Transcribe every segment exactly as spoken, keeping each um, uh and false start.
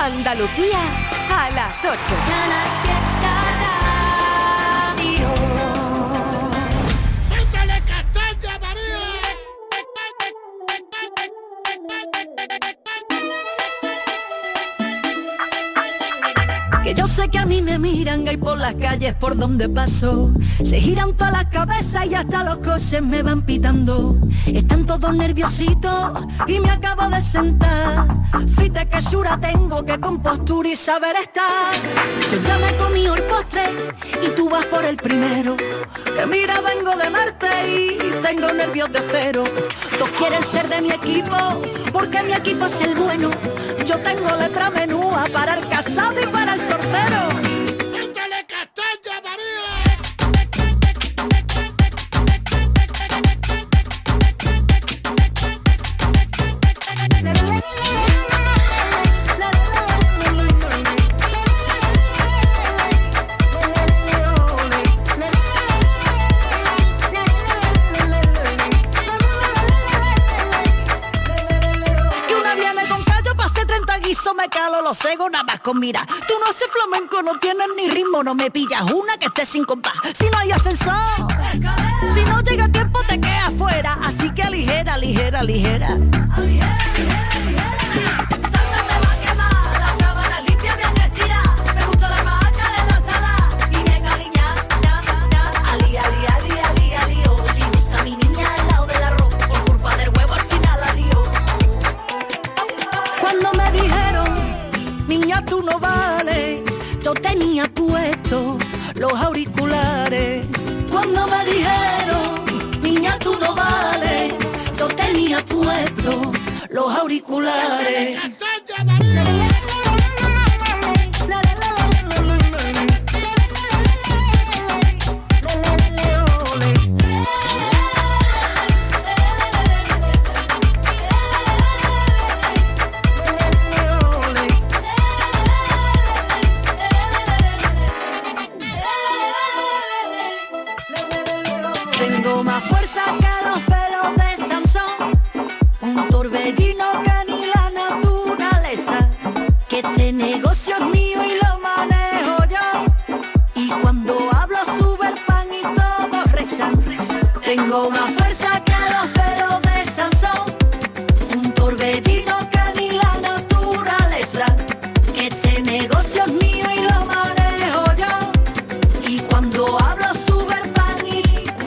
Andalucía a las ocho. ¡Métele castaña, María! Que yo sé que a mí me miran ahí por las calles por donde paso. Se giran todas las cabezas y hasta los coches me van pitando. Están todos nerviositos y me acabo de sentar. Fíjate que chura tengo, que compostura y saber estar. Yo ya me comí el postre y tú vas por el primero. Que mira, vengo de Marte y tengo nervios de cero. Todos quieren ser de mi equipo porque mi equipo es el bueno. Yo tengo letra menúa para el casado y para el sortero. ¡Métele castaña, María! Me calo los cegos nada más con mirar. Tú no haces flamenco, no tienes ni ritmo. No me pillas una que esté sin compás. Si no hay ascensor, si no llega a tiempo te quedas fuera. Así que aligera, ligera, ligera. Aligera, ligera, ligera. Sáltate va a quemar, la sábana limpia bien estirada. Me gustó la maca de la sala y me cariña, ya, ya. Ali, ali, ali, ali, ali, oh. Y gusta mi niña al lado del arroz. Por culpa del huevo al final la lío. Cuando me dijeron, niña, tú no vales, yo tenía puesto los auriculares. Cuando me dijeron, niña, tú no vales, yo tenía puesto los auriculares. Tengo más fuerza que los pelos de Sansón, un torbellino que ni la naturaleza, que este negocio es mío y lo manejo yo, y cuando hablo sube el pan y todos rezan. Tengo más fuerza que los pelos de Sansón, un torbellino que ni la naturaleza, que este negocio es mío y lo manejo yo, y cuando hablo sube el pan y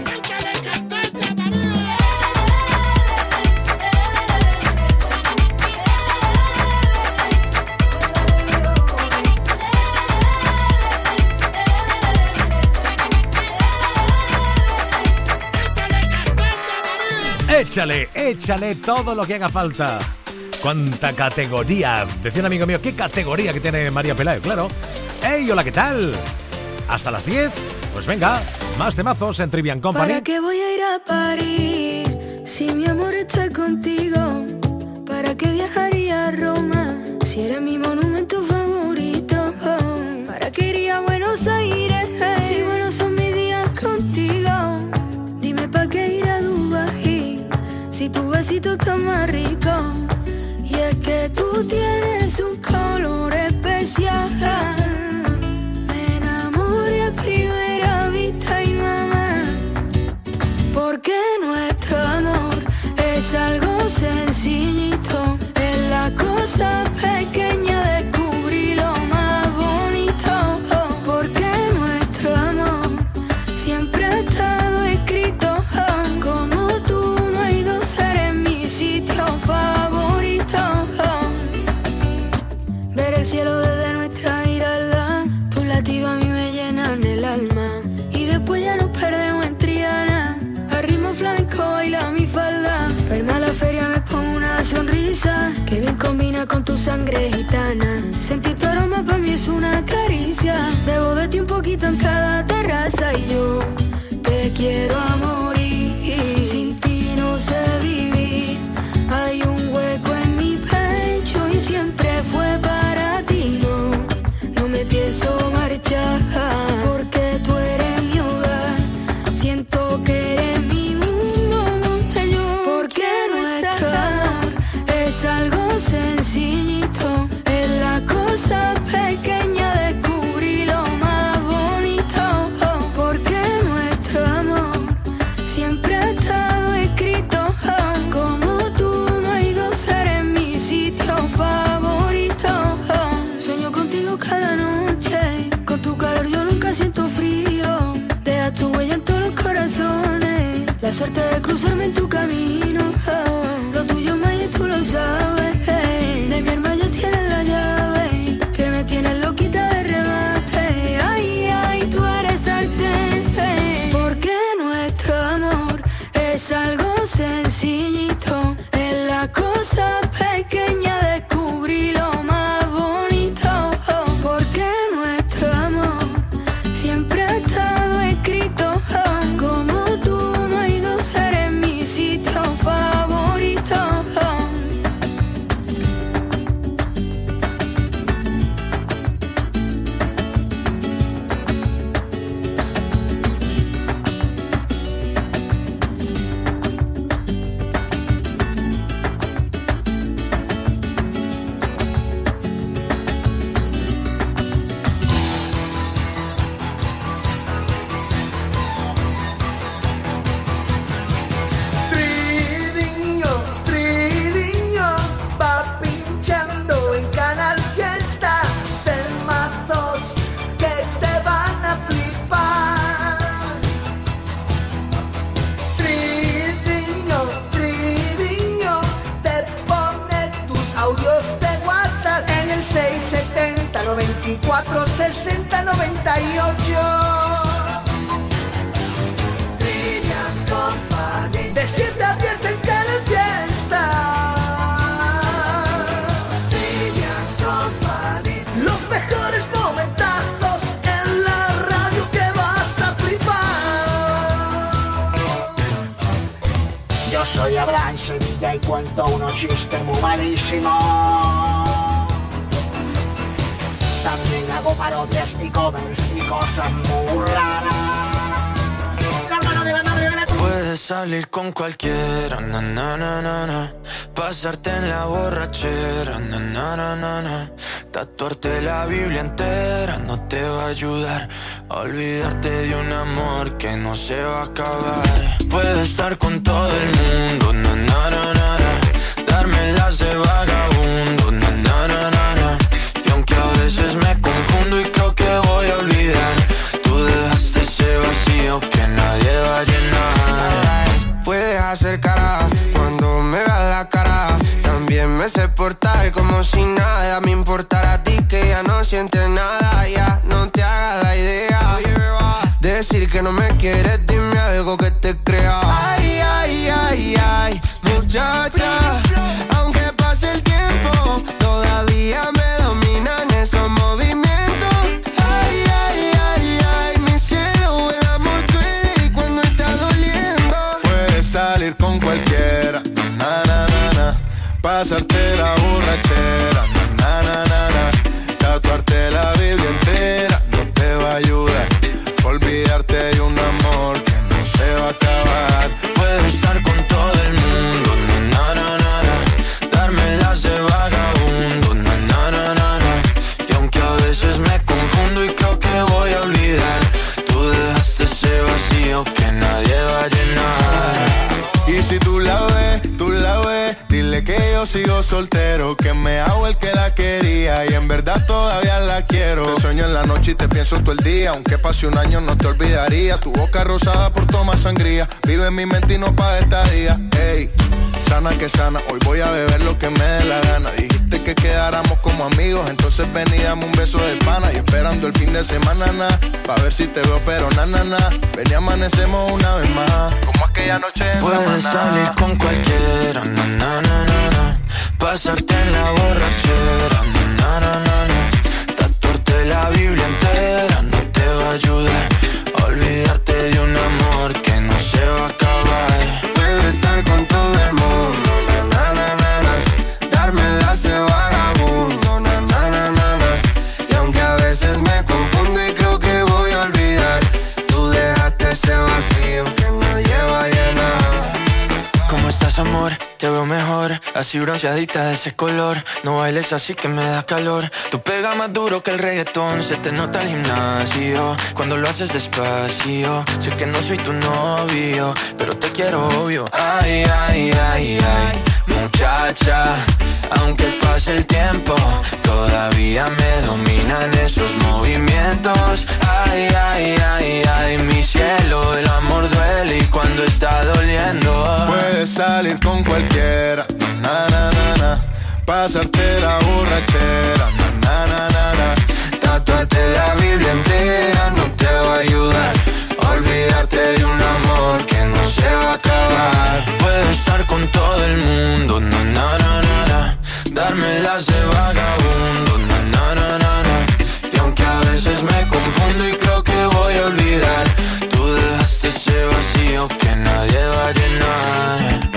Échale, échale todo lo que haga falta. ¡Cuánta categoría! Decía un amigo mío, ¿qué categoría que tiene María Pelayo? Claro. ¡Hey, hola, qué tal! Hasta las diez, pues venga, más temazos en Trivian Company. ¿Para qué voy a ir a París si mi amor está contigo? ¿Para qué viajaría a Roma si eres mi monumento favorito? ¿Para qué iría a Buenos Aires si buenos son mis días contigo? Dime ¿para qué ir a Dubái si tu besito está más rico? Y es que tú tienes un color especial. Me enamoré a primera vista y mamá, porque nuestro amor es algo sencillito. Es la cosa pequeña, descubrí lo más bonito. Porque nuestro amor siempre ha estado escrito. Como tú no hay dos, eres mi sitio favorito. Ver el cielo desde nuestra mirada, tus latidos a mí me llenan el alma. Y después ya nos perdemos en Triana, a ritmo flamenco baila mi falda. Verme a la feria me pongo una sonrisa que bien combina con tu sangre gitana. Sentir tu aroma para mí es una caricia. Bebo de ti un poquito en cada terraza y yo te quiero a morir. Sin ti no sé vivir. Hay un hueco en mi pecho y siempre fue para ti. No, no me pienso marchar, porque tú eres mi hogar. Siento que eres mi mundo donde yo. Porque nuestro amor es algo sencillito. Es la cosa veinticuatro sesenta noventa y ocho. Trivian Company, de siete a diez en Canal Fiesta. Trivian Company, los mejores momentazos en la radio que vas a flipar. Yo soy Abraham Sevilla y cuento unos chistes muy malísimos. También hago parodias y covers y cosas muy raras. La hermana de la madre de la tuya. Puedes salir con cualquiera, na na na na na. Pasarte en la borrachera, na na na na na. Tatuarte la Biblia entera no te va a ayudar a olvidarte de un amor que no se va a acabar. Puedes estar con todo el mundo, na na na na na. Darme las de vagabundo, na na na na na. Y aunque a veces me confundo y creo que voy a olvidar, tú dejaste ese vacío que nadie va a llenar. Puedes hacer cara cuando me veas la cara. También me sé portar como si nada me importara a ti, que ya no sientes nada. Ya no te hagas la idea. Decir que no me quieres, dime algo que te crea. Ay, ay, ay, ay, muchacha. Aunque pase el tiempo, todavía me dominan esos movimientos. Ay, ay, ay, ay, mi cielo, el amor duele y cuando está doliendo. Puedes salir con cualquiera, na, na, na, na. Pasarte la borrachera, na, na, na, na. Tatuarte la Biblia entera no te va a ayudar. Olvidarte de un amor que no se va a acabar. Puedes estar con todo el mundo, na, na, na, na. Darme las de vagabundo, na, na, na, na, na. Y aunque a veces me confundo y creo que voy a olvidar, tú dejaste ese vacío que nadie va a llenar. Y si tú la ves, tú la ves, dile que yo sigo soltero, que me hago el que la quería y en verdad todavía la quiero. Te sueño en la noche y te pienso todo el día, aunque pase un año no te olvidaría. Tu boca rosada por tomar sangría, vive en mi mente y no pa' estadía. Ey, sana que sana, hoy voy a beber lo que me dé la gana. Dijiste que quedáramos como amigos, entonces ven y dame un beso de pana. Y esperando el fin de semana, na, pa' ver si te veo pero na, na, na. Ven y amanecemos una vez más, como aquella noche en Puedes Samaná. salir con cualquiera, na, na, na, na, na. Pasarte en la borrachera, na, na, na, na. Tatuarte la Biblia entera no te va a ayudar a olvidarte de un amor que no se va a acabar. Puedes estar con todo el mundo, na, na, na, na. Darme las de vagabundo, na, na, na, na, na. Y aunque a veces me confundo y creo que voy a olvidar, tú dejaste ese vacío que nadie va a llenar. ¿Cómo estás, amor? Te veo mejor, así bronceadita de ese color. No bailes así que me da calor. Tú pegas más duro que el reggaetón, se te nota el gimnasio cuando lo haces despacio. Sé que no soy tu novio, pero te quiero obvio. Ay, ay, ay, ay, muchacha. Aunque pase el tiempo, todavía me dominan esos movimientos. Ay, ay, ay, ay, mi cielo, el amor duele y cuando está doliendo. Puedes salir con cualquiera, na, na, na, na. Pasarte la borrachera, na, na, na, na. Tatuarte la Biblia entera no te va a ayudar a olvidarte de un amor que no se va a acabar. Puedes estar con todo el mundo, na, na, na, na, na. Darme las de vagabundo, na, na, na, na, na. Y aunque a veces me confundo y creo que voy a olvidar, tú dejaste ese vacío que nadie va a llenar.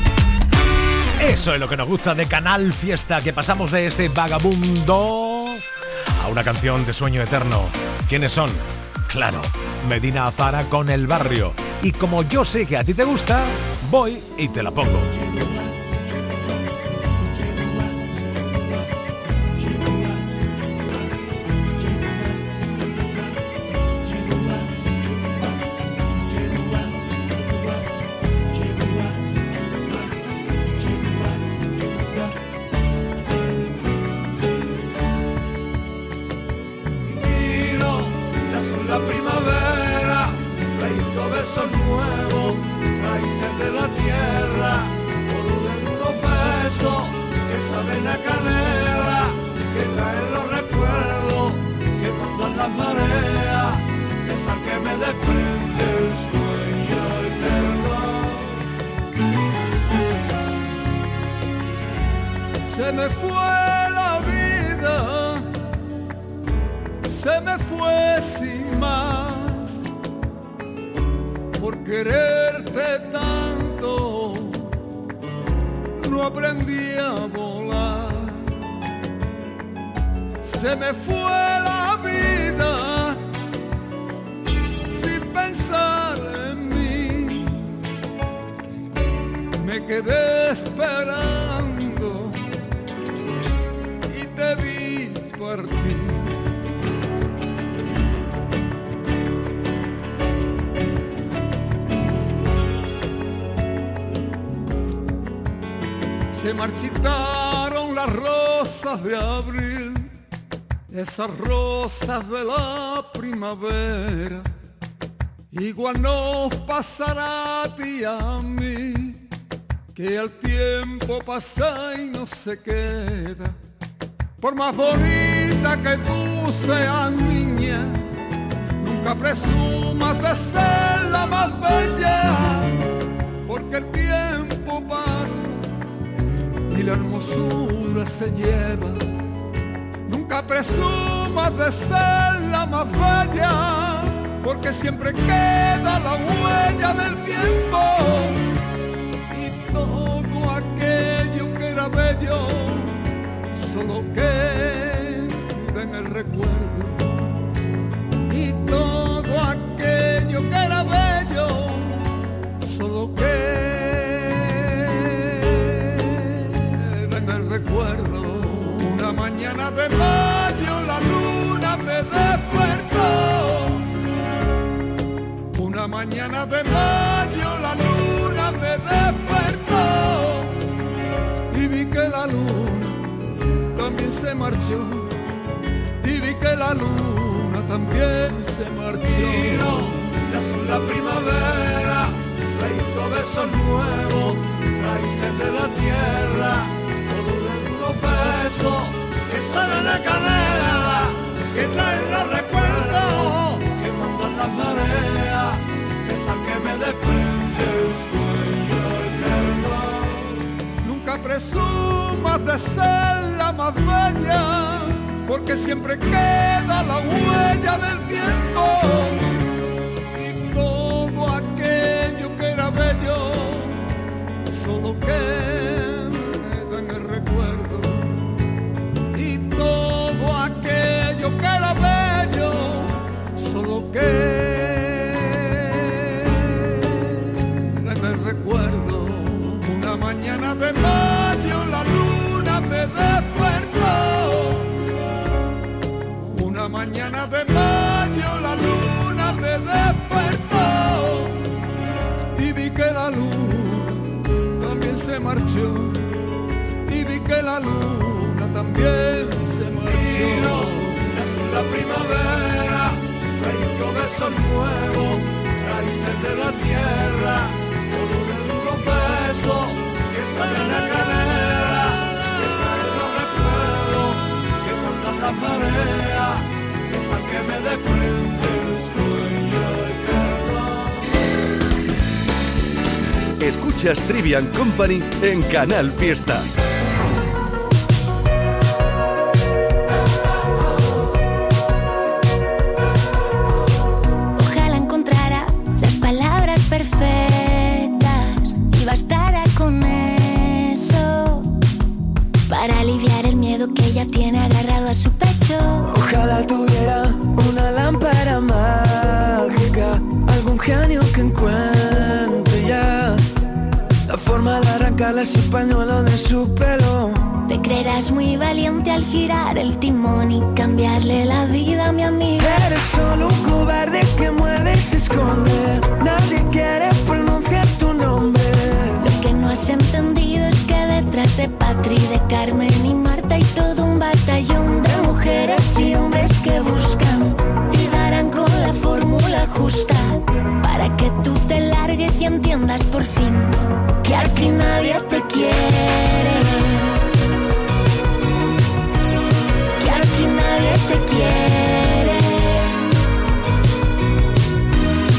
Eso es lo que nos gusta de Canal Fiesta, que pasamos de este vagabundo a una canción de sueño eterno. ¿Quiénes son? Claro, Medina Azara con El Barrio. Y como yo sé que a ti te gusta, voy y te la pongo. La primavera, trayendo besos nuevos, raíces de la tierra, por de unos besos que saben a canela, que traen los recuerdos desprende el sueño eterno. Se me fue la vida, se me fue sin más, por quererte tanto, no aprendí a volar. Se me fue la vida sin pensar en mí, me quedé esperando y te vi partir. Se marchitaron las rosas de abril, esas rosas de la primavera. Igual nos pasará a ti y a mí, que el tiempo pasa y no se queda. Por más bonita que tú seas, niña, nunca presumas de ser la más bella, porque el tiempo pasa y la hermosura se lleva. Nunca presumas de ser la más bella, porque siempre queda la huella del tiempo. Y todo aquello que era bello solo queda en el recuerdo. Y todo aquello que era bello solo queda en el recuerdo. Una mañana de mayo la luna me despertó. Una mañana de mayo la luna me despertó. Y vi que la luna también se marchó. Y vi que la luna también se marchó. De azul la primavera, trayendo besos nuevos, raíces de la tierra, todo de unos besos que saben la canela, que traen los recuerdos, que mandan las mareas, esa que me desprende el sueño eterno. Nunca presumas de ser la más bella, porque siempre queda la huella del tiempo. Y todo aquello que era bello solo queda en el recuerdo. Y todo aquello que era bello solo queda en el recuerdo. Una mañana de mayo la luna me despertó. Una mañana de mayo la luna me despertó. Y vi que la luna también se marchó. Y vi que la luna también se marchó. Es la primavera, trayendo besos nuevos, raíces de la tierra, todo de unos besos que salen la canela, que traen los recuerdos, que mandan las mareas, esa que me desprende el sueño eterno. Escuchas Trivian Company en Canal Fiesta. Ojalá encontrara las palabras perfectas y bastara con eso para aliviar el miedo que ella tiene agarrado a su pecho. Ojalá tuviera una lámpara mágica, algún genio que encuentre ya la forma de arrancarle ese pañuelo de su pelo. Te creerás muy valiente al girar el timón y cambiarle la vida a mi amiga. Eres solo un cobarde que muerde y se esconde. Nadie quiere pronunciar tu nombre. Lo que no has entendido es que detrás de Patri, de Carmen y Marta hay todo un batallón de mujeres y hombres que buscan y darán con la fórmula justa para que tú te largues y entiendas por fin que aquí nadie te quiere, que aquí nadie te quiere,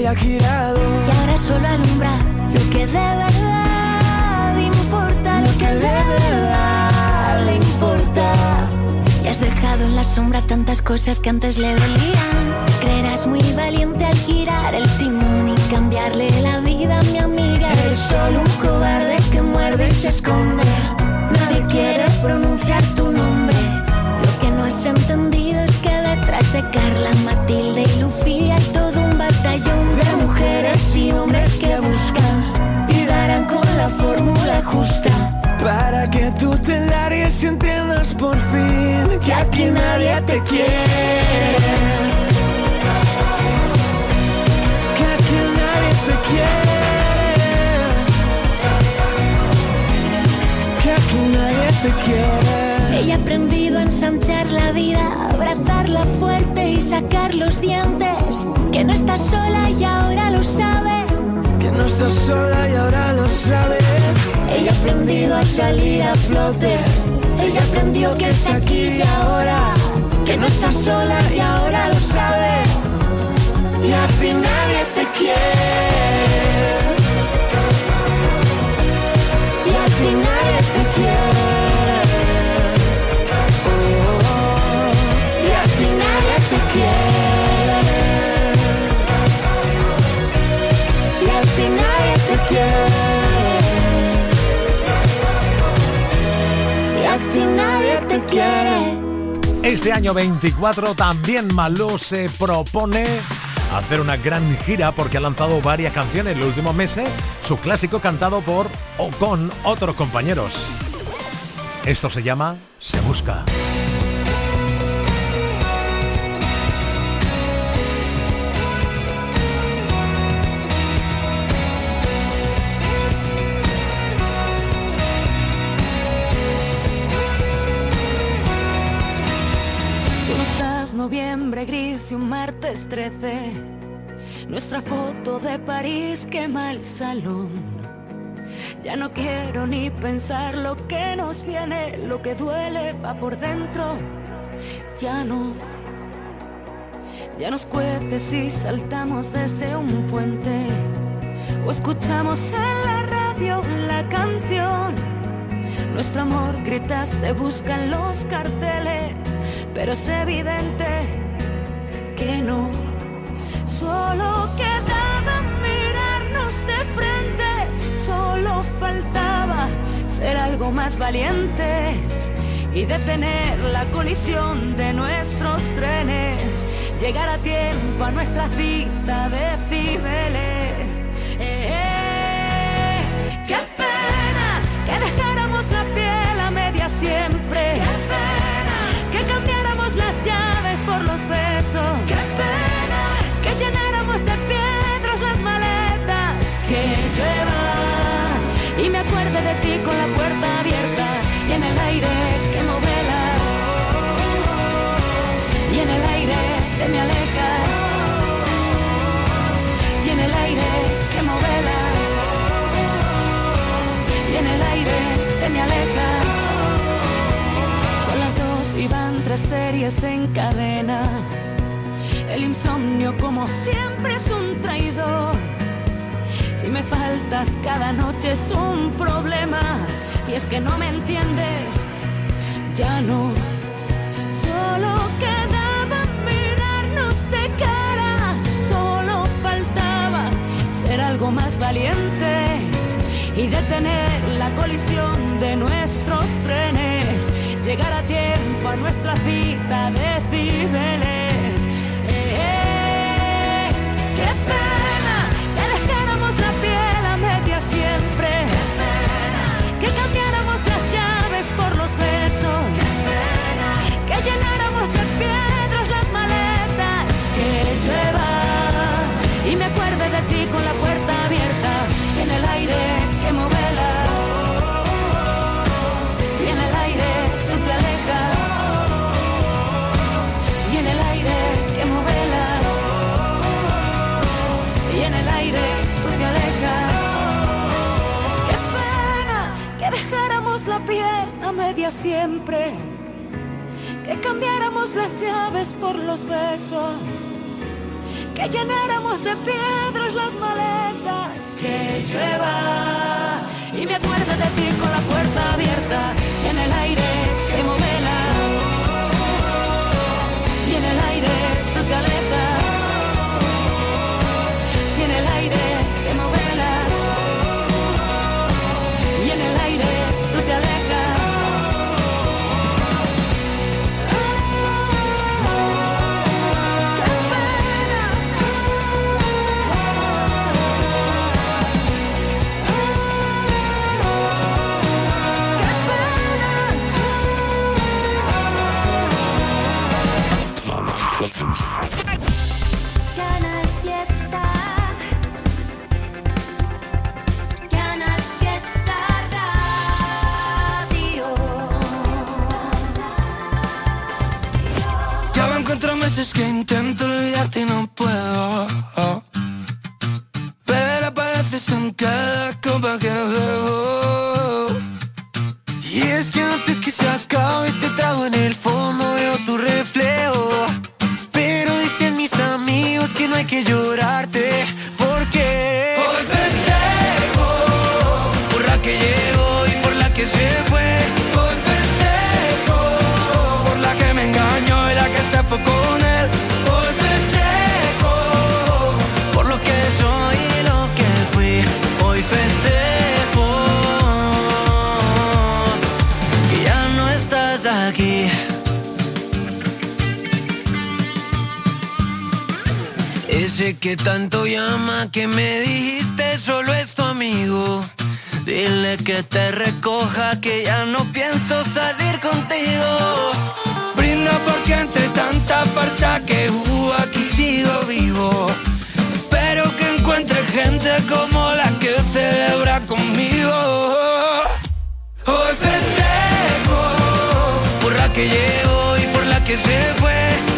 ha girado. Y ahora solo alumbra lo que de verdad importa, lo que de verdad le importa. Y has dejado en la sombra tantas cosas que antes le dolían. Creerás muy valiente al girar el timón y cambiarle la vida a mi amiga. Eres solo un cobarde que muerde y se esconde. Nadie quiere pronunciar tu nombre. Lo que no has entendido es que detrás de Carla, Matilde y Lucía hay todo un batallón de mujeres y hombres que buscan y darán con la fórmula justa para que tú te largues y entiendas por fin que aquí nadie te quiere. Que aquí nadie te quiere. Que aquí nadie te quiere. Ella ha aprendido a ensanchar la vida, abrazarla fuerte y sacar los dientes. Que no estás sola y ahora lo sabe. Que no estás sola y ahora lo sabe. Ella ha aprendido a salir a flote. Ella aprendió que es aquí y ahora. Que no estás sola y ahora lo sabe. Y a ti nadie te quiere. Y a ti nadie te quiere. Y a ti nadie te quiere. Y a ti nadie te quiere. Y a ti nadie te quiere. Este año veinticuatro también Malú se propone hacer una gran gira porque ha lanzado varias canciones en los últimos meses, su clásico cantado por o con otros compañeros. Esto se llama Se Busca. Noviembre gris y un martes trece. Nuestra foto de París quema el salón. Ya no quiero ni pensar lo que nos viene. Lo que duele va por dentro. Ya no. Ya nos cuece si saltamos desde un puente o escuchamos en la radio la canción. Nuestro amor grita, se buscan los carteles, pero es evidente que no. Solo quedaba mirarnos de frente, solo faltaba ser algo más valientes y detener la colisión de nuestros trenes, llegar a tiempo a nuestra cita de Cibeles. Eh, eh, ¡Qué pena que dejáramos la piel a media siempre! ¡Qué pena que cambiáramos las llaves por los besos! ¡Qué pena que llenáramos de piedras las maletas que lleva! Y me acuerde de ti con la puerta abierta y en el aire que no vela, y en el aire te me alejas, y en el aire que no vela, y en el aire te me alejas. Son las dos y van tres series en cadena. El insomnio como siempre es un traidor. Si me faltas cada noche es un problema. Y es que no me entiendes, ya no. Solo quedaba mirarnos de cara. Solo faltaba ser algo más valientes y detener la colisión de nuestros trenes, llegar a tiempo a nuestra cita de Cibeles. Eh, eh, ¡Qué pena que dejáramos la piel a media siempre! ¡Qué pena que cambiáramos las llaves por los besos! ¡Qué pena que llenáramos de piedras las maletas que lleva! Y me acuerde de ti con la puerta abierta y en el aire que movela, y en el aire tú te alejas, y en el aire que movela, y en el aire tú te alejas. Qué pena que dejáramos la piel a media siempre, que cambiáramos las llaves por los besos, que llenáramos de piedras las maletas, que llueva. Y me acuerdo de ti con la puerta abierta, en el aire quemo vela, y en el aire tú te alejas, y en el aire quemo velas, y en el aire tú te alejas. Canal Fiesta, Canal Fiesta Radio. Ya van cuatro meses que intento olvidarte y no puedo. Pero apareces en cada copa que bebo. Y es que antes que se acabe este trago, en el fondo veo tu reflejo. Que no hay que llorarte, porque hoy festejo por la que llegó y por la que se fue. Hoy festejo por la que me engañó y la que se fue con él. Hoy festejo por lo que soy y lo que fui. Hoy festejo que ya no estás aquí. Ese que tanto llama, que me dijiste solo es tu amigo. Dile que te recoja, que ya no pienso salir contigo. Brinda porque entre tanta farsa que hubo aquí sigo vivo. Espero que encuentre gente como la que celebra conmigo. Hoy festejo por la que llegó y por la que se fue.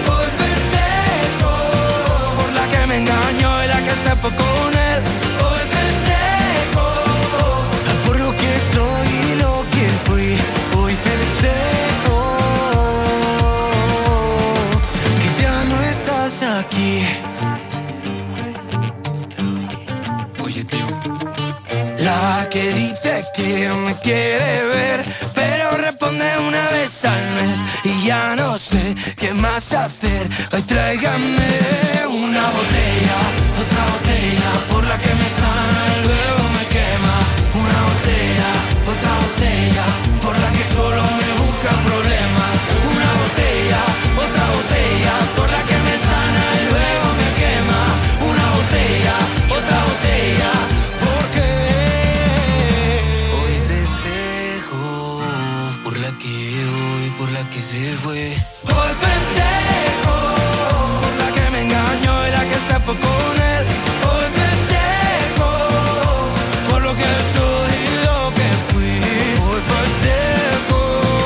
Me engañó y la que se fue con él. Hoy festejo por lo que soy y lo que fui. Hoy festejo que ya no estás aquí. Oye, tío. La que dice que me quiere ver, pero responde una vez al mes. Y ya no sé qué más hacer. Hoy tráigame una botella, otra botella, por la que me sana y luego me quema. Una botella, otra botella, por la que solo me busca problemas. Una botella, otra botella, por la que me sana y luego me quema. Una botella, otra botella, porque hoy festejo por la que llegó y por la que se fue. Hoy festejo por la que me engañó y la que se fue con él. Hoy festejo por lo que soy y lo que fui. Hoy festejo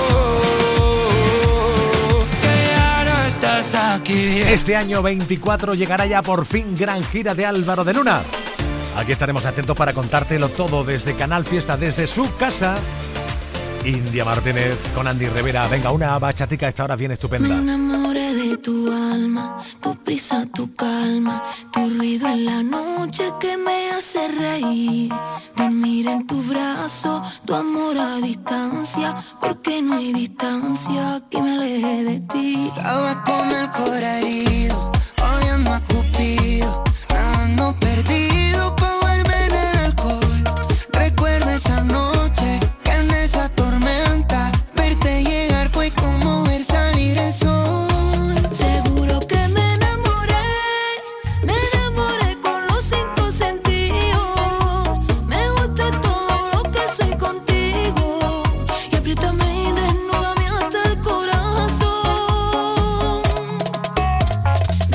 que ya no estás aquí. Este año veinticuatro llegará ya por fin gran gira de Álvaro de Luna. Aquí estaremos atentos para contártelo todo desde Canal Fiesta, desde su casa. India Martínez con Andy Rivera. Venga, una bachatica a esta hora bien estupenda. Me enamoré de tu alma, tu prisa, tu calma, tu ruido en la noche que me hace reír. Dormir en tu brazo, tu amor a distancia, porque no hay distancia que me aleje de ti. Estaba con el corazón herido, odiando a Cupido, nadando perdido pa' verme en el alcohol. Recuerdo esa noche, que en esa tormenta, verte llegar fue como ver salir el sol. Seguro que me enamoré, me enamoré con los cinco sentidos. Me gusta todo lo que soy contigo, y apriétame y desnúdame hasta el corazón.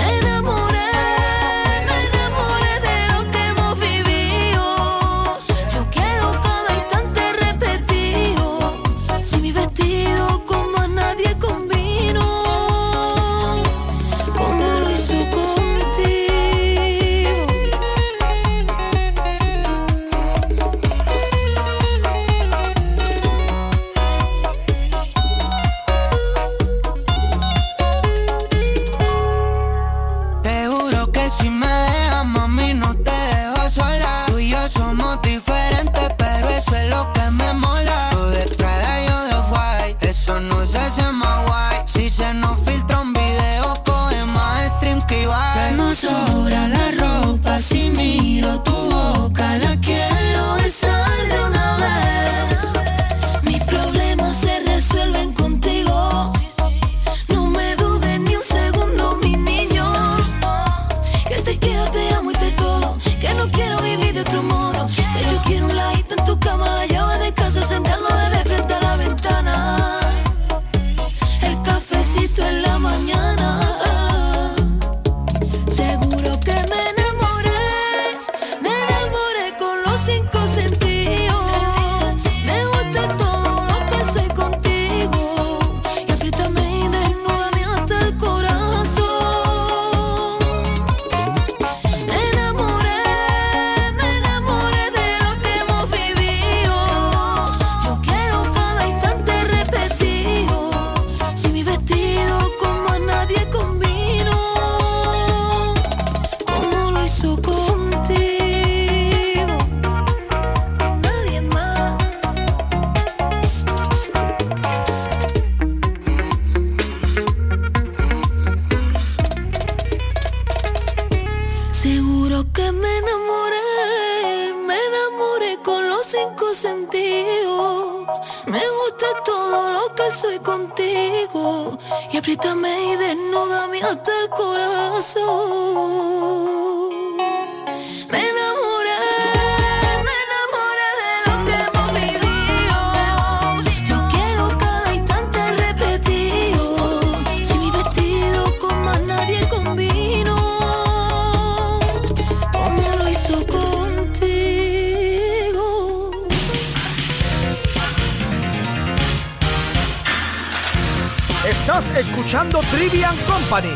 todo lo que soy contigo y apriétame y desnúdame hasta el corazón. Me enamoré, me enamoré de lo que hemos vivido. Yo quiero cada instante repetido. Si mi vestido con más nadie combino, como lo hizo contigo. Estás escuchando Trivian Company.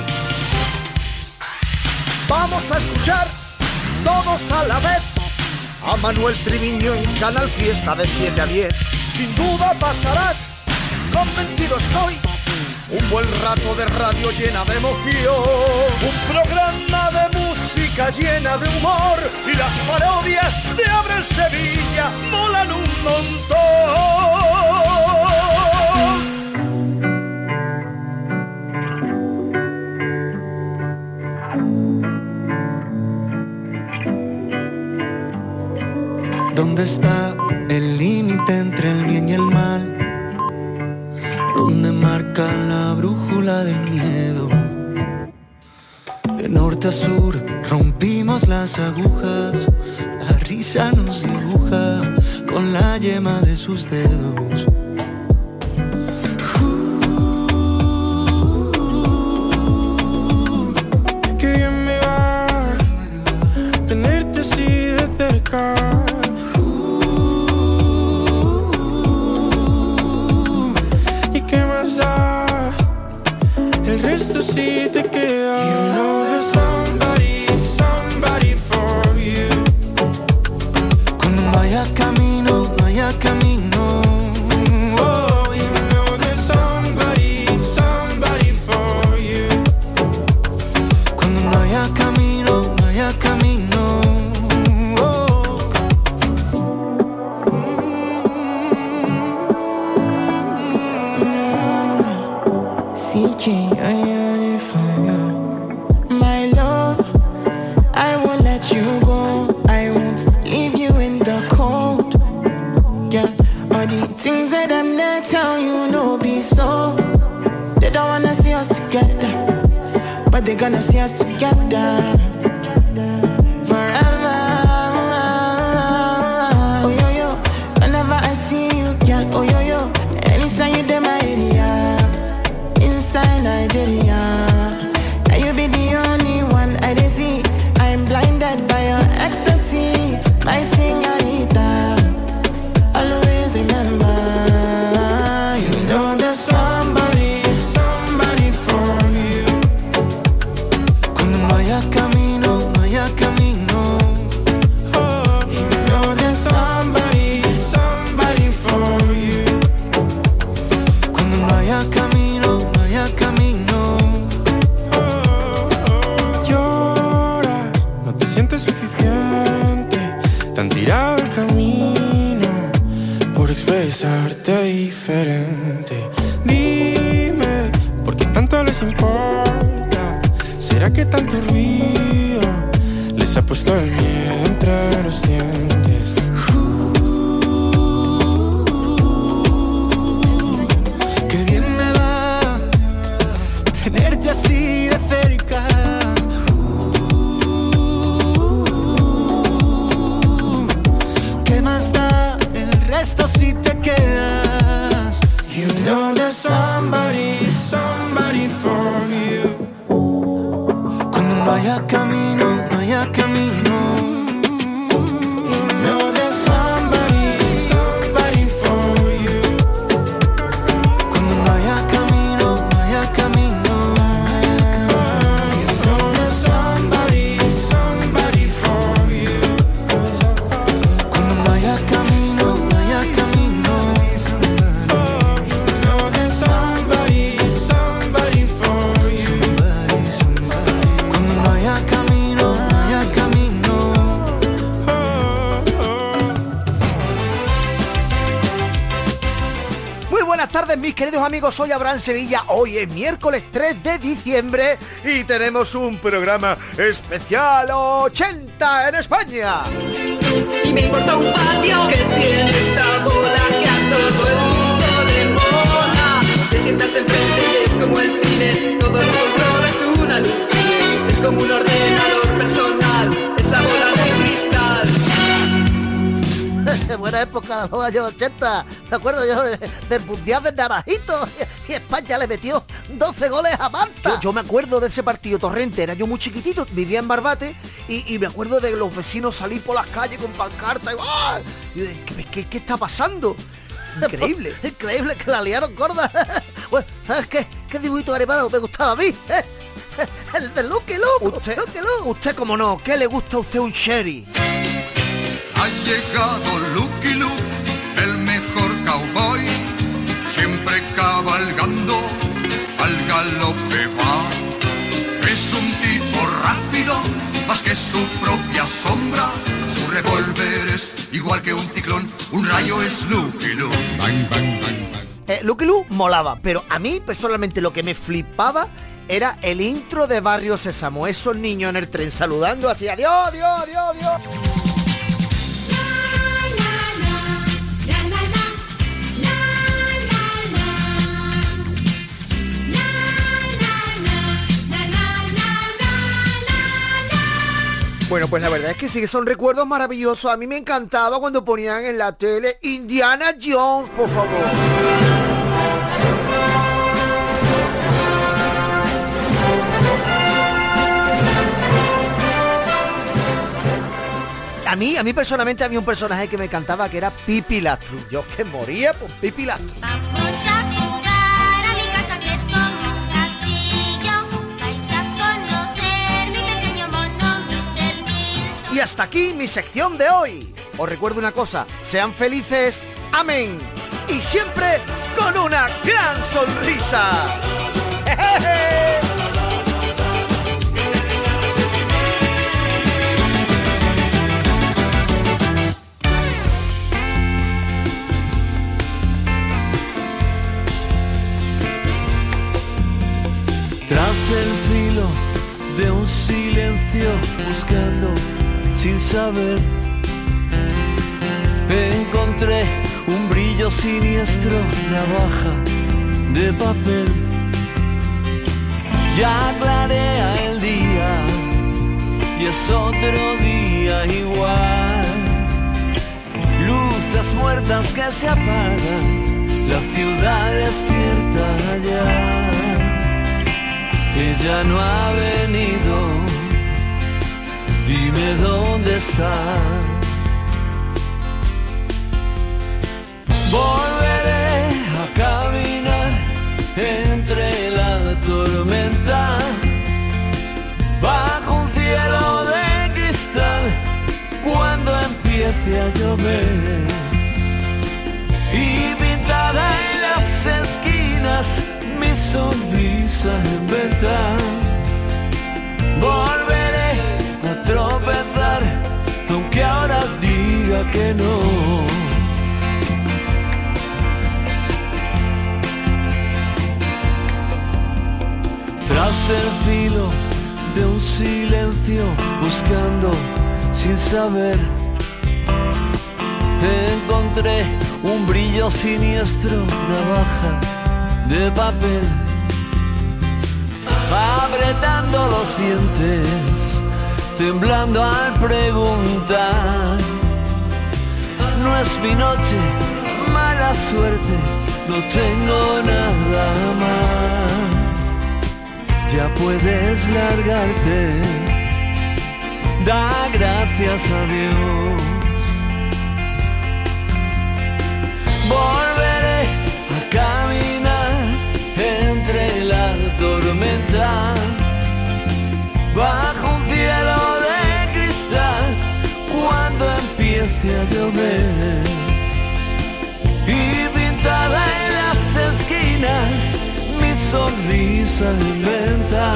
Vamos a escuchar todos a la vez a Manuel Triviño en Canal Fiesta de siete a diez. Sin duda pasarás, convencido estoy, un buen rato de radio llena de emoción. Un programa de música llena de humor y las parodias de Abre Sevilla molan un montón. ¿Dónde está el límite entre el bien y el mal? ¿Dónde marca la brújula del miedo? De norte a sur rompimos las agujas. La risa nos dibuja con la yema de sus dedos. Uh, qué bien me va tenerte así de cerca. El resto sí te queda. You know there's somebody, somebody for you. Cuando no haya camino, no haya camino. Oh, you know there's somebody, somebody for you. Cuando no haya camino, no haya camino. Oh. C K, I they're gonna see us together forever. Oh yo yo, whenever I see you, girl. Oh yo yo, anytime you in my area, inside Nigeria, and you be the only one I dey see. I'm blinded by your ecstasy, my señorita. Always remember, you know there's somebody, somebody for you. No haya camino, no haya camino. Oh, you know there's somebody, somebody for you. Cuando no haya camino, no haya camino. Oh, oh. Lloras, no te sientes suficiente. Te han tirado el camino por expresarte diferente. Dime, ¿por qué tanto les importa? ¿Será que tanto ruido les ha puesto el miedo entre los dientes? Uh, qué bien me va tenerte así de cerca. Uh, ¿qué más da el resto si te quedas? You know there's somebody, somebody for you. No haya camino, no haya camino. You know there's somebody, somebody for you. Cuando no haya camino, no haya camino. You know there's somebody, somebody for you. Cuando no haya camino, no haya camino. You know there's somebody, somebody for you. Cuando no haya camino, no haya camino. Oh, oh. Muy buenas tardes, mis queridos amigos. Soy Abraham Sevilla. Hoy es miércoles tres de diciembre y tenemos un programa especial ochenta en España. Y me importa un patio que tiene esta bola que a todo el mundo le mola. sientas enfrente y es como el cine, todo lo controlas una luz. Es como un ordenador personal, es la bola de cristal. Buena época de los años ochenta. Me acuerdo yo de, del Mundial del Naranjito y España le metió doce goles a Manta. Yo, yo me acuerdo de ese partido, Torrente, era yo muy chiquitito, vivía en Barbate y, y me acuerdo de los vecinos salir por las calles con pancartas y, ¡ah! y yo, ¿qué, qué, ¿qué está pasando? Increíble, increíble que la liaron gorda. Bueno, ¿sabes qué? ¿Qué dibujito animado me gustaba a mí? El de Lucky Luke. Usted, Lucky Luke. Usted, como no, ¿qué le gusta a usted un sherry? Ha llegado Lucky Luke, el mejor cowboy, siempre cabalgando al galope va. Es un tipo rápido, más que su propia sombra. Su revólver es igual que un ciclón, un rayo es Lucky Luke. Bang, bang, bang, bang. Eh, Lucky Luke molaba, pero a mí personalmente lo que me flipaba era el intro de Barrio Sésamo. Esos niños en el tren saludando así, adiós, adiós, adiós, adiós. Bueno, pues la verdad es que sí que son recuerdos maravillosos. A mí me encantaba cuando ponían en la tele Indiana Jones, por favor. A mí, a mí personalmente había un personaje que me encantaba que era Pipi Lastrum. Yo que moría por Pipi Lastrum. Vamos a jugar a mi casa que es como un castillo. Vais a conocer mi pequeño mono mister Nilsson. Y hasta aquí mi sección de hoy. Os recuerdo una cosa, sean felices, amén. Y siempre con una gran sonrisa. ¡Jejeje! Tras el filo de un silencio, buscando sin saber, encontré un brillo siniestro, navaja de papel. Ya clarea el día y es otro día igual. Luces muertas que se apagan, la ciudad despierta ya. Ella no ha venido, dime dónde está. Volveré a caminar entre la tormenta, bajo un cielo de cristal, cuando empiece a llover. Y pintada en las esquinas mi sonrisa en verdad. Volveré a tropezar, aunque ahora diga que no. Tras el filo de un silencio, buscando sin saber, encontré un brillo siniestro, navaja de papel, apretando los dientes, temblando al preguntar. No es mi noche, mala suerte, no tengo nada más. Ya puedes largarte, da gracias a Dios. Volveré a caminar entre la tormenta, bajo un cielo de cristal, cuando empiece a llover. Y pintada en las esquinas mi sonrisa inventa.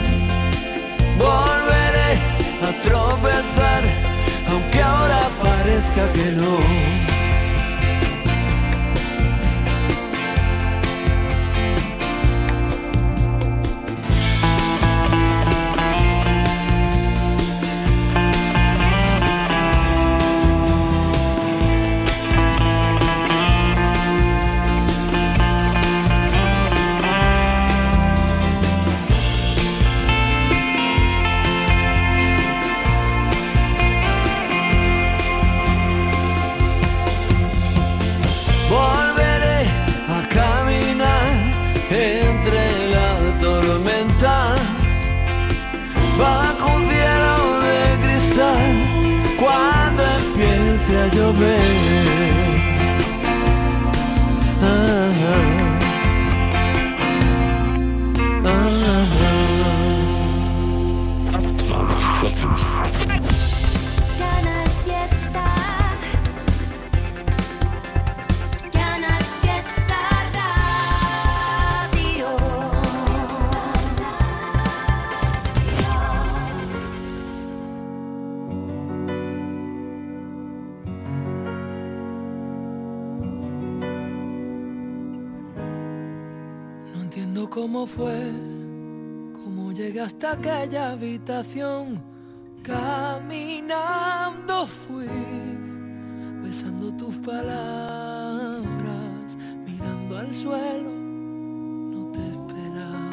Volveré a tropezar, aunque ahora parezca que no. llover. Ah, ah, ah. Canal Fiesta. Canal Fiesta Radio. No entiendo cómo fue, cómo llegué hasta aquella habitación. Caminando fui, besando tus palabras, mirando al suelo, no te esperaba.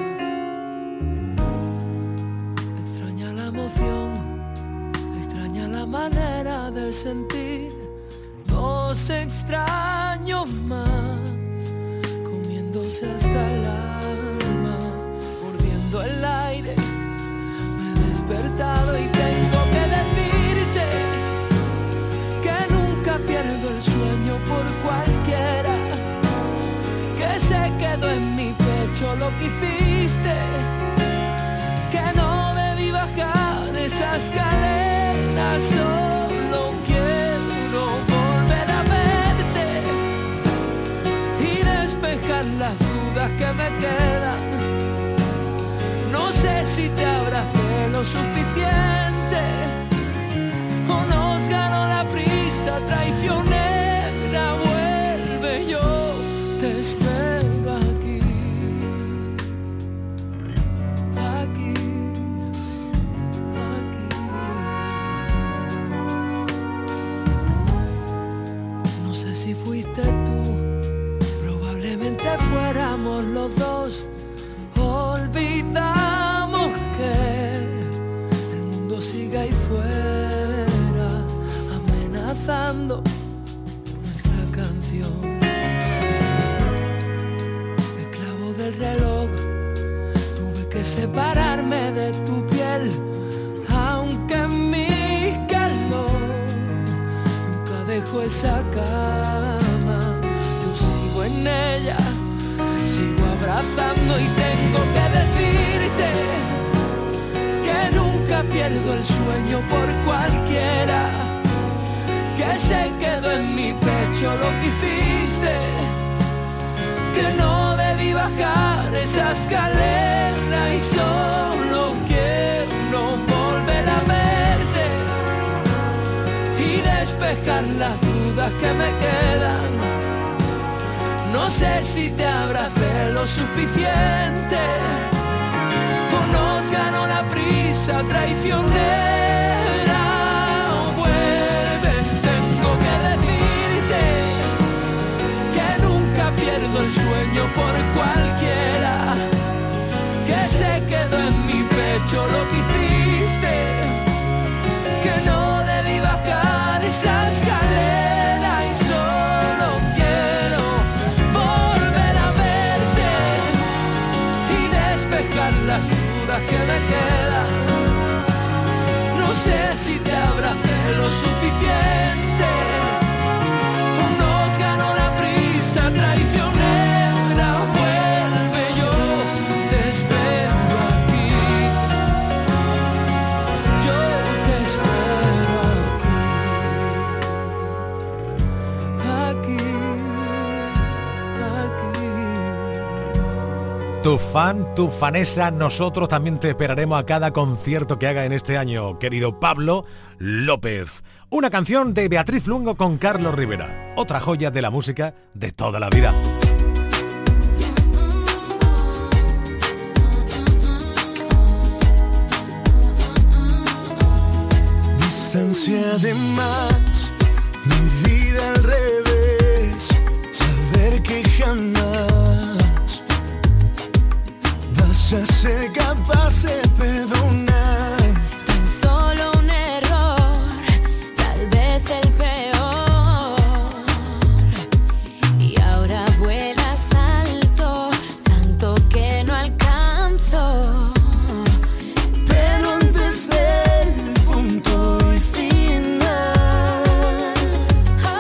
Extraña la emoción, extraña la manera de sentir. Dos extraños más, comiéndose hasta el alma, mordiendo el aire. Me he despertado y tengo que decirte que nunca pierdo el sueño por cualquiera, que se quedó en mi pecho lo que hiciste, que no debí bajar esa escalera. Solo quiero volver a verte y despejar las dudas que me quedan. No sé si te abracé lo suficiente o nos ganó la prisa traicionera. Vuelve, yo te espero aquí, aquí, aquí. No sé si fuiste tú, probablemente fuéramos los dos. Olvidamos que el mundo sigue ahí fuera, amenazando nuestra canción. Esclavo del reloj, tuve que separarme de tu piel, aunque mi calor nunca dejó esa cama. Yo sigo en ella, sigo abrazando y tengo que decirte que nunca pierdo el sueño por cualquiera, que se quedó en mi pecho lo que hiciste, que no debí bajar esa escalera y solo quiero volver a verte y despejar las dudas que me quedan. No sé si te abracé lo suficiente o nos ganó la prisa traicionera. Vuelve, tengo que decirte que nunca pierdo el sueño por cualquiera, que se quedó en mi pecho lo que hiciste, que no debí bajar esa escalera y solo quiero las dudas que me quedan. No sé si te abracé lo suficiente o nos ganó la prisa traicionera. Vuelve, yo te espero aquí, yo te espero aquí, aquí, aquí. Tu fan, tu fanesa, nosotros también te esperaremos a cada concierto que haga en este año, querido Pablo López. Una canción de Beatriz Luengo con Carlos Rivera, otra joya de la música de toda la vida. Distancia de más, mi vida al revés, saber que jamás vas a ser capaz de perdonar. Tan solo un error, tal vez el peor, y ahora vuelas alto, tanto que no alcanzo. Pero antes del punto y final, Oh,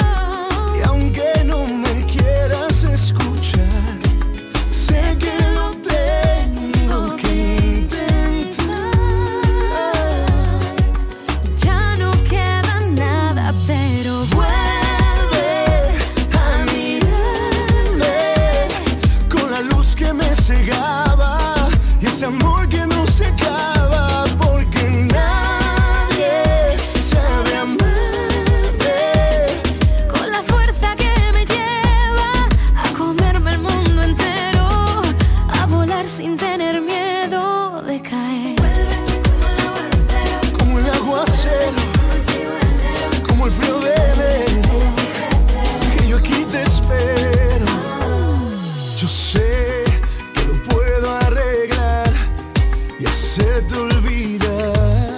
amor que no se acaba, porque nadie sabe amarme con la fuerza que me lleva a comerme el mundo entero, a volar sin tener miedo de caer. Como el aguacero, como el frío de enero, que yo aquí te espero. Yo sé que lo puedo arreglar y hacerte olvidar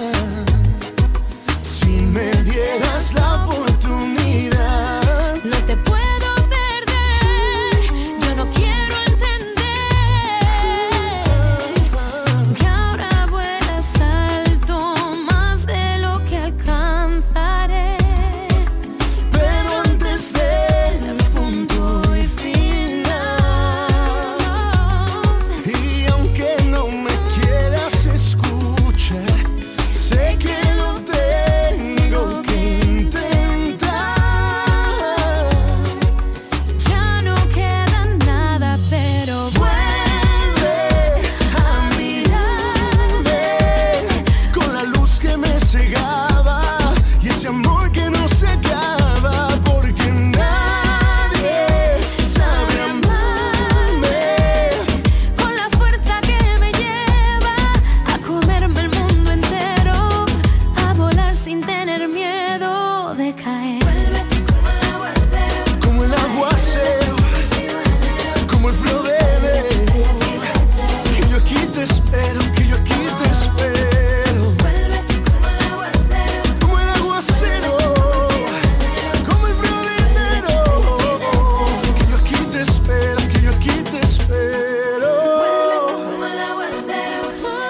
si me dieras la oportunidad. No te puedo perder, yo no quiero entender que ahora vuelas alto más de lo que alcanzaré. Pero antes del punto y final, y aunque no me quieras escuchar, sé que lo tengo que intentar. Ya no queda nada, pero Vuelve a mirarme con la luz que me cegaba y ese amor que no se acaba, porque nadie sabe amarme con la fuerza que me lleva a comerme el mundo entero, a volar sin tener miedo de caer. como el aguacero, como el frío de enero, que yo aquí te espero, que yo aquí te espero. Como el aguacero, como el frío de enero, que yo aquí te espero, que yo aquí te espero. Como el aguacero,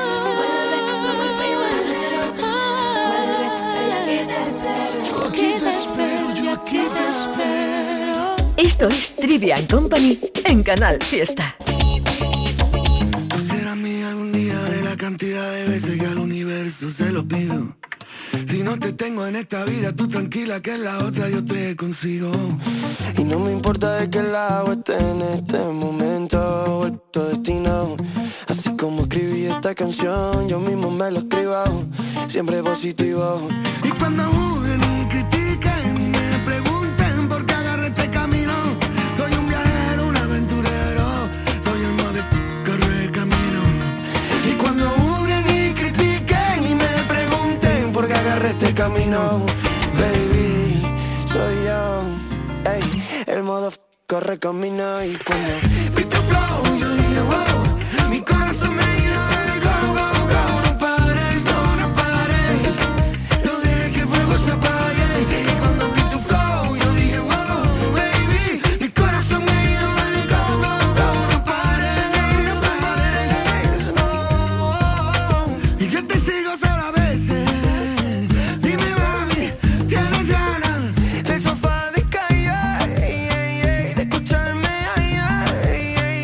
Yo aquí te espero, yo aquí te espero. Esto es Trivian Company en Canal Fiesta. Tú serás mía algún día de la cantidad de veces que al universo se lo pido. Si no te tengo en esta vida, tú tranquila que en la otra yo te consigo. Y no me importa de qué lado esté en este momento, vuelto destino. Así como escribí esta canción, yo mismo me lo escribo, siempre positivo. Y cuando juzguen y critiquen y me pregunten por qué agarré este camino, soy un viajero, un aventurero, soy el motherfucker de camino. Y cuando juzguen y critiquen y me pregunten por qué agarré este camino, baby, soy yo, ey, el motherfucker corre camino. Y cuando vi tu flow, yo dije wow, mi corazón me dio el go, go, go. No pares, no, no pares, no dejes que el fuego se apague. Y cuando vi tu flow, yo dije wow, baby, mi corazón me dio el go, go, go. No pares, no pares, no. Y yo te sigo solo a veces. Dime mami, ¿tienes ganas del sofá de calle? De escucharme, ay, ay, ay,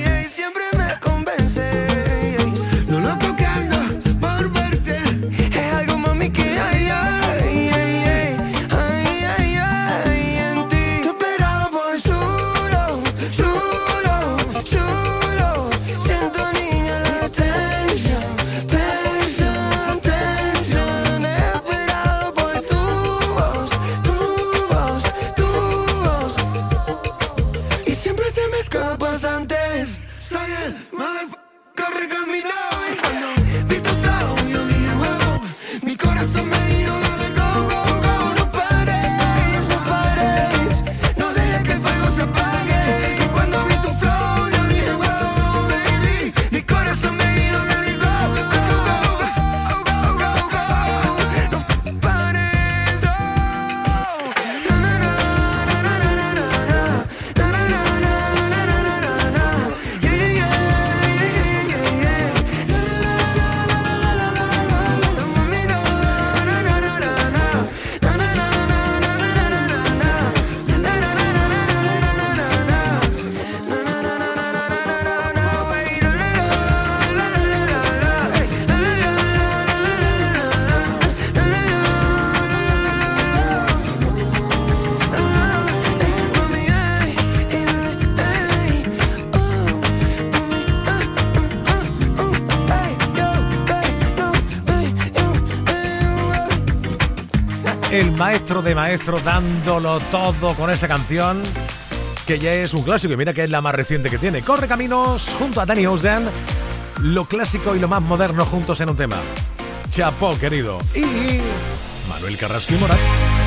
el maestro de maestros dándolo todo con esta canción, que ya es un clásico y mira que es la más reciente que tiene. Corre caminos junto a Danny Ocean, lo clásico y lo más moderno juntos en un tema. Chapó, querido. Y Manuel Carrasco y Morat.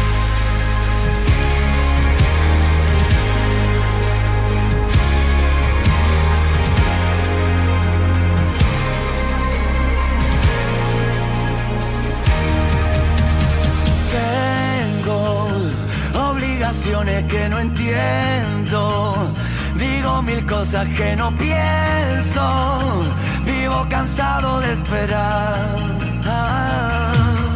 Que no entiendo, digo mil cosas que no pienso, vivo cansado de esperar. Ah,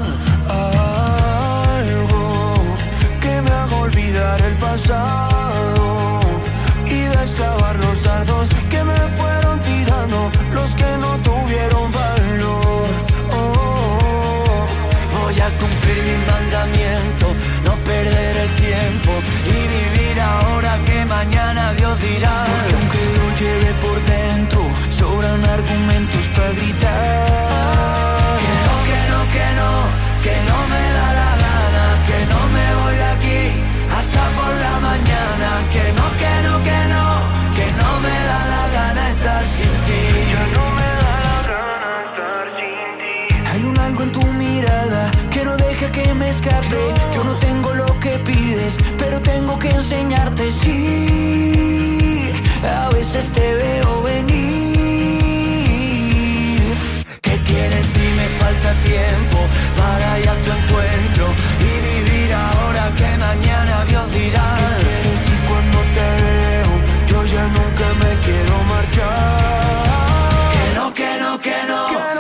algo que me haga olvidar el pasado y destrabar los dardos que me fueron tirando los que no tuvieron valor. Oh, voy a cumplir mi mandamiento, no perder el tiempo y vivir ahora que mañana Dios dirá. Porque aunque lo lleve por dentro, sobran argumentos para gritar. Que no, que no, que no, que no me da la gana, que no me voy de aquí hasta por la mañana. Que no, que no, que no, que no me da la gana estar sin ti. Ya no me da la gana estar sin ti. Hay un algo en tu mirada que no deja que me escape. Yo no tengo lo que pides, pero tengo que enseñarte. Sí, a veces te veo venir. ¿Qué quieres si me falta tiempo para ir a tu encuentro y vivir ahora que mañana Dios dirá? ¿Qué quieres si cuando te veo yo ya nunca me quiero marchar? Que no, que no, que no, que no.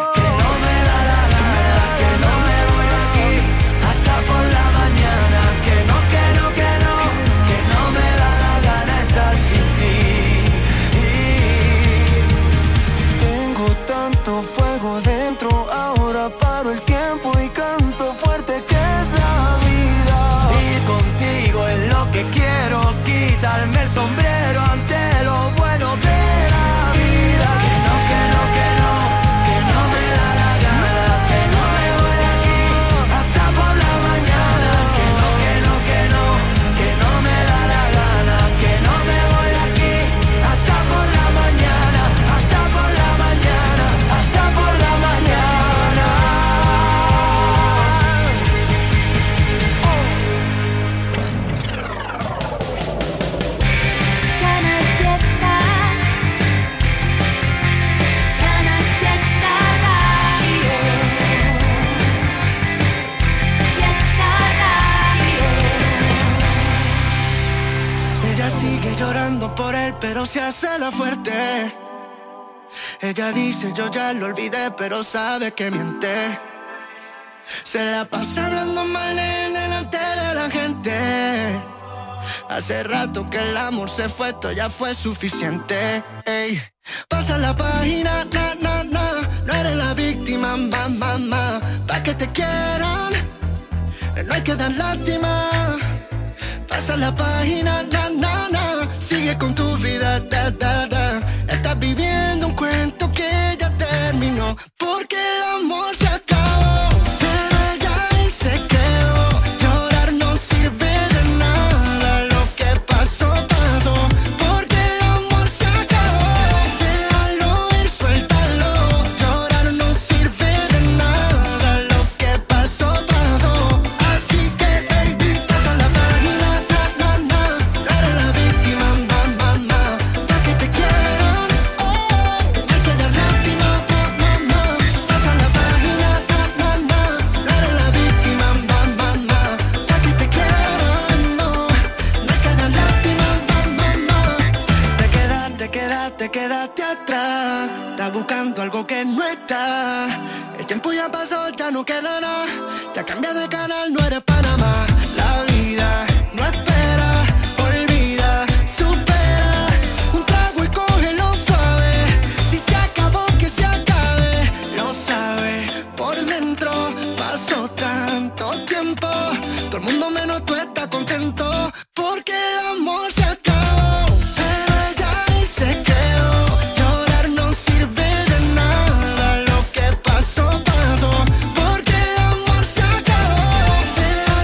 Fuego dentro, ahora paro el tiempo y canto fuerte que es la vida. Ir contigo es lo que quiero, quitarme el sombrero ante lo bueno de la vida. Que no, que no, que no, que no me da la gana, que no me voy de aquí hasta por la mañana. Que no, que no, que no, que no me da la gana, que no me voy de aquí hasta por la mañana, hasta por la mañana. Hasta por la mañana. Oh. Canal Fiesta. Canal Fiesta Radio. Fiesta Radio. Ella sigue llorando por él, pero se hace la fuerte. Ella dice yo ya lo olvidé, pero sabe que miente. Se la pasa hablando mal de él delante de la gente. Hace rato que el amor se fue, esto ya fue suficiente. Ey. Pasa la página, na, na, na. No eres la víctima, ma, ma, ma. Pa' que te quieran, no hay que dar lástima. Pasa la página, na, na, na. Sigue con tu vida, da, da, da. Estás viviendo un cuento que ya terminó, porque el amor se acabó. Pero ella ahí se quedó. Llorar no sirve de nada. Lo que pasó, pasó. Porque el amor se acabó. Déjalo ir, suéltalo. Llorar no sirve de nada. Lo que pasó, pasó. Así que, baby, pasa la página, na, na, na. No eres la víctima, ma, ma, ma. Pa' que te quieran, oh, no hay que dar lástima, ma, ma, ma. Pasa la página, na, na, na. No eres la víctima, ma, ma, ma. Pa' que te quieran, no, no hay que dar lástima, ma, ma, ma. Te quedaste, quedaste, quedaste atrás. Estás buscando algo que no está. El tiempo ya pasó, ya no queda nada. Ya cambié de canal, no eres Panamá. La vida no espera, olvida, supera. Un trago y cógelo suave. Si se acabó, que se acabe. Lo sabe, por dentro pasó tanto tiempo. Todo el mundo menos tú estás contento, porque el amor se acabó. Pero ella ahí se quedó. Llorar no sirve de nada. Lo que pasó, pasó. Porque el amor se acabó.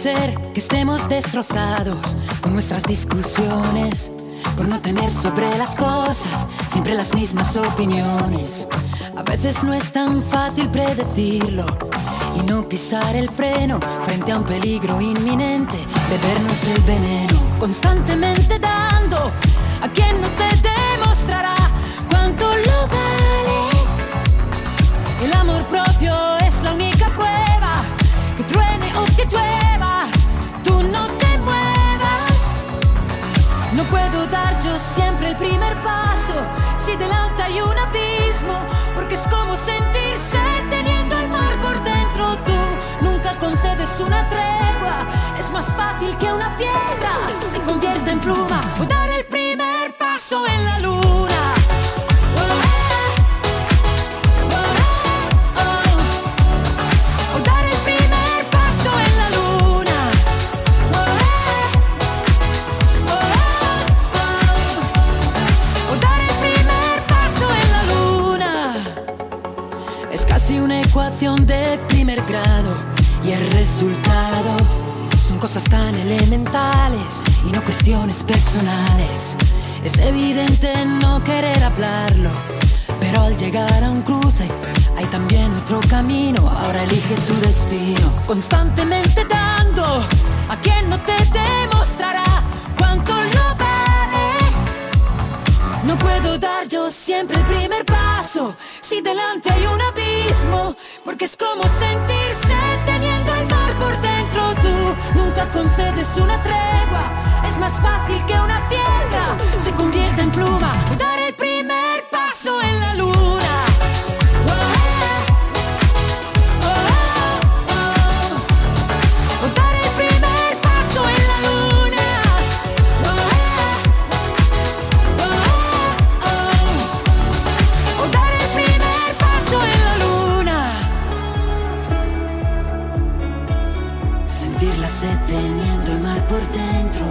ser que estemos destrozados con nuestras discusiones, por no tener sobre las cosas siempre las mismas opiniones. A veces no es tan fácil predecirlo y no pisar el freno frente a un peligro inminente, bebernos el veneno, constantemente dando a quien no te demostrará cuánto lo vales. El amor propio es la única prueba, que truene o que llueva, tú no te muevas. No puedo dar yo siempre el primer paso si delante hay un abismo, porque es como sentirse teniendo el mar por dentro. Tú nunca concedes una tregua, es más fácil que una piedra se convierta en pluma o dar el primer paso en la luna. Una ecuación de primer grado y el resultado son cosas tan elementales y no cuestiones personales. Es evidente no querer hablarlo, pero al llegar a un cruce hay también otro camino. Ahora elige tu destino, constantemente dando a quien no te demostrará cuánto lo vales. No puedo dar yo siempre el primer paso si delante hay un abismo, porque es como sentirse teniendo el mar por dentro. Tú nunca concedes una tregua, es más fácil que una piedra se convierta en pluma o dar el primer paso en la luna. Teniendo el mar por dentro,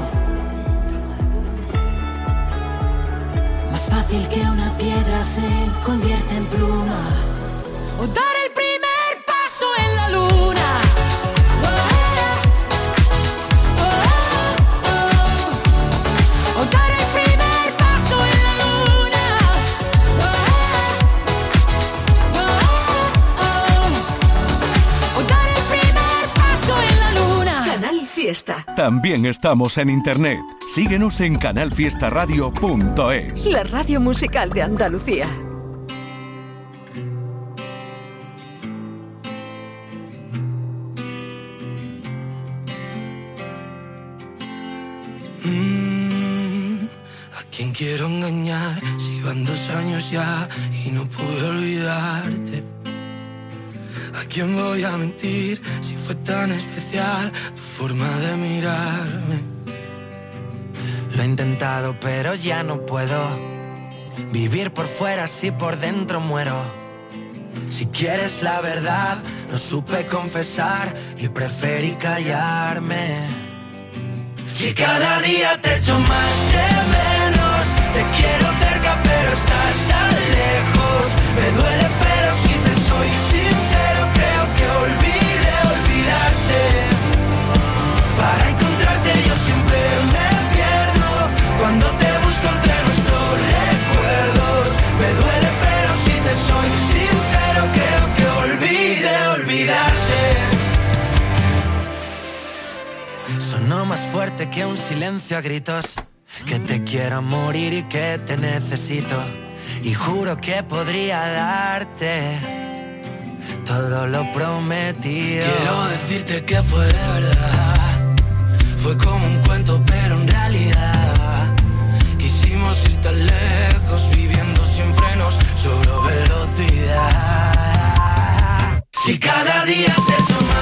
más fácil que una piedra se convierte en pluma o dar el primer paso en la luna. O dar el primer paso en la luna. O dar el primer paso en la luna. Canal Fiesta. También estamos en internet. Síguenos en canal fiesta radio punto es. La radio musical de Andalucía. Mm, ¿a quién quiero engañar si van dos años ya y no pude olvidarte? ¿A quién voy a mentir si fue tan especial tu forma de mirarme? Lo he intentado pero ya no puedo vivir por fuera si por dentro muero. Si quieres la verdad, no supe confesar y preferí callarme. Si cada día te echo más de menos, te quiero cerca pero estás tan lejos. Me duele pero si te soy sincero creo que olvidé olvidarte. Para encontrarte yo siempre me pierdo cuando te busco entre nuestros recuerdos. Me duele pero si te soy sincero creo que olvidé olvidarte. Sonó más fuerte que un silencio a gritos, que te quiero a morir y que te necesito. Y juro que podría darte todo lo prometido. Quiero decirte que fue de verdad, fue como un cuento pero en realidad quisimos ir tan lejos, viviendo sin frenos, sobre velocidad. Si cada día te echo más